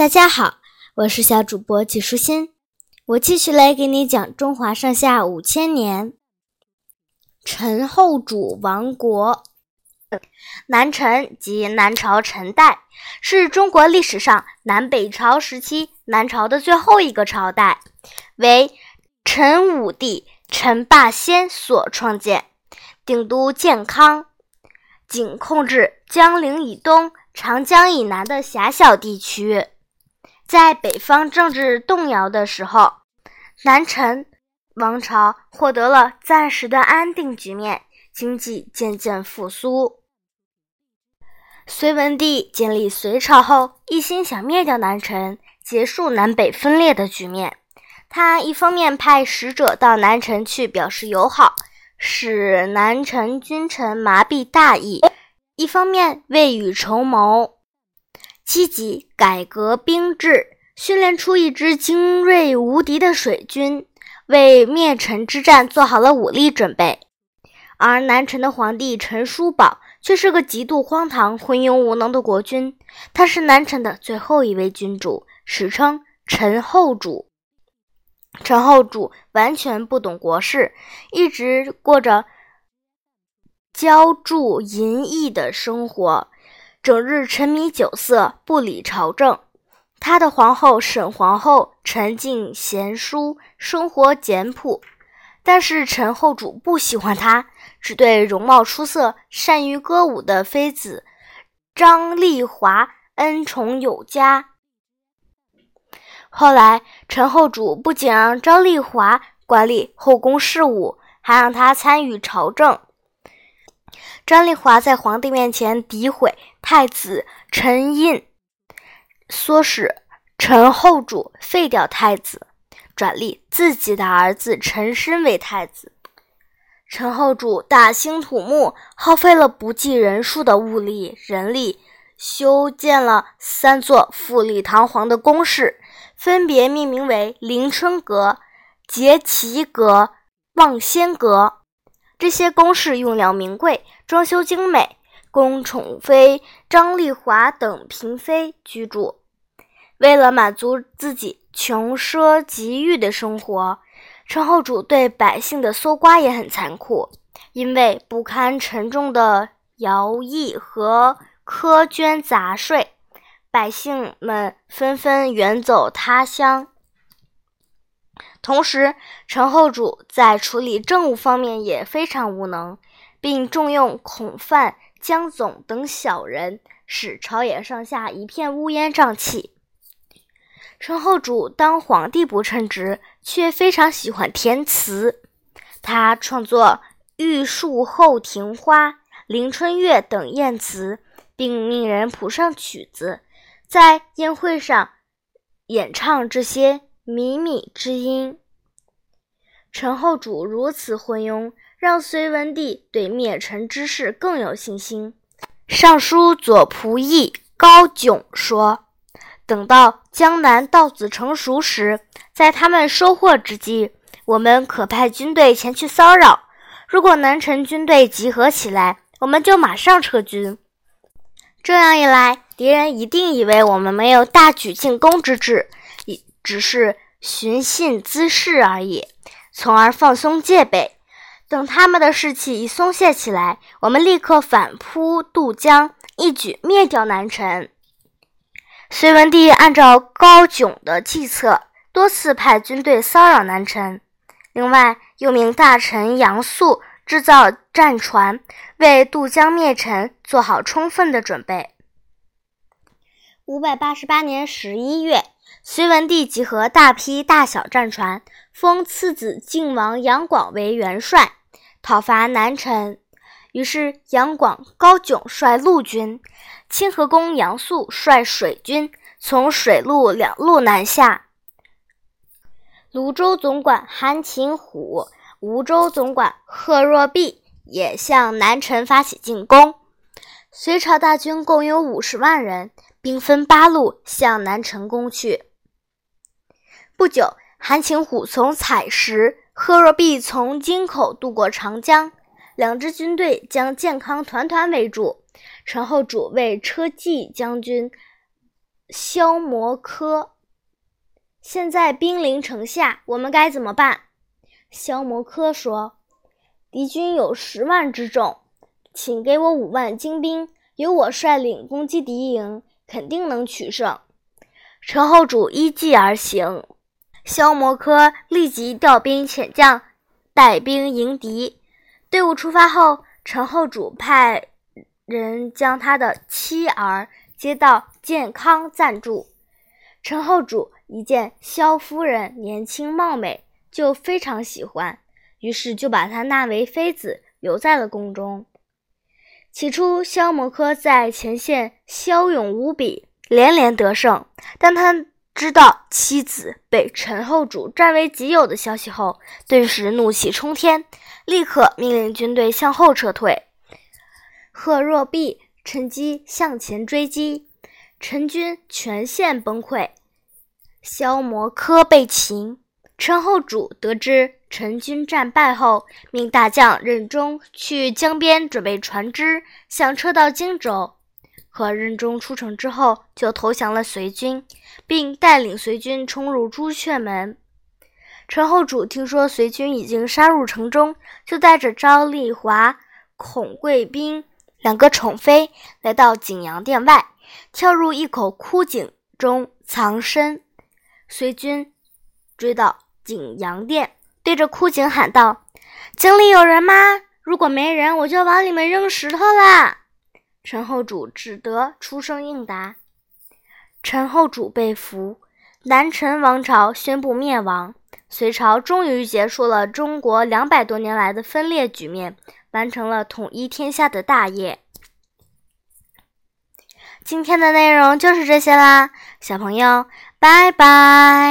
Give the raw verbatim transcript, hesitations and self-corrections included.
大家好，我是小主播纪舒心，我继续来给你讲中华上下五千年。陈后主亡国。南陈即南朝陈代，是中国历史上南北朝时期南朝的最后一个朝代，为陈武帝陈霸先所创建，定都建康，仅控制江陵以东、长江以南的狭小地区。在北方政治动摇的时候，南陈王朝获得了暂时的安定局面，经济渐渐复苏。隋文帝建立隋朝后，一心想灭掉南陈，结束南北分裂的局面。他一方面派使者到南陈去表示友好，使南陈君臣麻痹大意；一方面未雨绸缪，积极改革兵制，训练出一支精锐无敌的水军，为灭陈之战做好了武力准备。而南陈的皇帝陈叔宝却是个极度荒唐、昏庸无能的国君，他是南陈的最后一位君主，史称陈后主。陈后主完全不懂国事，一直过着骄注淫逸的生活，整日沉迷酒色，不理朝政。他的皇后沈皇后沉静贤淑，生活简朴，但是陈后主不喜欢她，只对容貌出色、善于歌舞的妃子张丽华恩宠有加。后来陈后主不仅让张丽华管理后宫事务，还让她参与朝政。张丽华在皇帝面前诋毁太子陈胤，唆使陈后主废掉太子，转立自己的儿子陈申为太子。陈后主大兴土木，耗费了不计人数的物力人力，修建了三座富丽堂皇的宫室，分别命名为临春阁、节祺阁、望仙阁。这些宫室用料名贵，装修精美，供宠妃张丽华等嫔妃居住。为了满足自己穷奢极欲的生活，陈后主对百姓的搜刮也很残酷，因为不堪沉重的徭役和苛捐杂税，百姓们纷纷远走他乡。同时，陈后主在处理政务方面也非常无能，并重用孔范、江总等小人，使朝野上下一片乌烟瘴气。陈后主当皇帝不称职，却非常喜欢填词。他创作《玉树后庭花》《迎春月》等艳词，并命人谱上曲子，在宴会上演唱这些靡靡之音。陈后主如此昏庸，让隋文帝对灭陈之事更有信心。尚书左仆射高炯说，等到江南稻子成熟时，在他们收获之际，我们可派军队前去骚扰，如果南陈军队集合起来，我们就马上撤军。这样一来，敌人一定以为我们没有大举进攻之志，只是寻衅滋事而已，从而放松戒备。等他们的士气一松懈起来，我们立刻反扑渡江，一举灭掉南陈。隋文帝按照高炯的计策，多次派军队骚扰南陈，另外又命大臣杨素制造战船，为渡江灭陈做好充分的准备。五百八十八年十一月，隋文帝集合大批大小战船，封次子靖王杨广为元帅，讨伐南陈。于是杨广、高炯率陆军，清河公杨素率水军，从水陆两路南下。泸州总管韩擒虎、梧州总管贺若弼也向南陈发起进攻。隋朝大军共有五十万人，兵分八路向南陈攻去。不久，韩擒虎从采石，贺若弼从京口渡过长江，两支军队将建康团团围住。陈后主为车骑将军萧摩柯。现在兵临城下，我们该怎么办？萧摩柯说，敌军有十万之众，请给我五万精兵，由我率领攻击敌营，肯定能取胜。陈后主依计而行，萧摩柯立即调兵遣将，带兵迎敌。队伍出发后，陈后主派人将他的妻儿接到建康暂住。陈后主一见萧夫人年轻貌美，就非常喜欢，于是就把她纳为妃子，留在了宫中。起初萧摩柯在前线骁勇无比，连连得胜，但他知道妻子被陈后主占为己有的消息后，顿时怒气冲天，立刻命令军队向后撤退。贺若弼趁机向前追击，陈军全线崩溃，萧摩柯被擒。陈后主得知陈军战败后，命大将任忠去江边准备船只，想撤到荆州。可任忠出城之后就投降了隋军，并带领隋军冲入朱雀门。陈后主听说隋军已经杀入城中，就带着赵丽华、孔贵宾两个宠妃来到景阳殿外，跳入一口枯井中藏身。隋军追到景阳殿，对着枯井喊道：“井里有人吗？如果没人，我就往里面扔石头啦！”陈后主只得出声应答。陈后主被俘，南陈王朝宣布灭亡，隋朝终于结束了中国两百多年来的分裂局面，完成了统一天下的大业。今天的内容就是这些啦，小朋友，拜拜。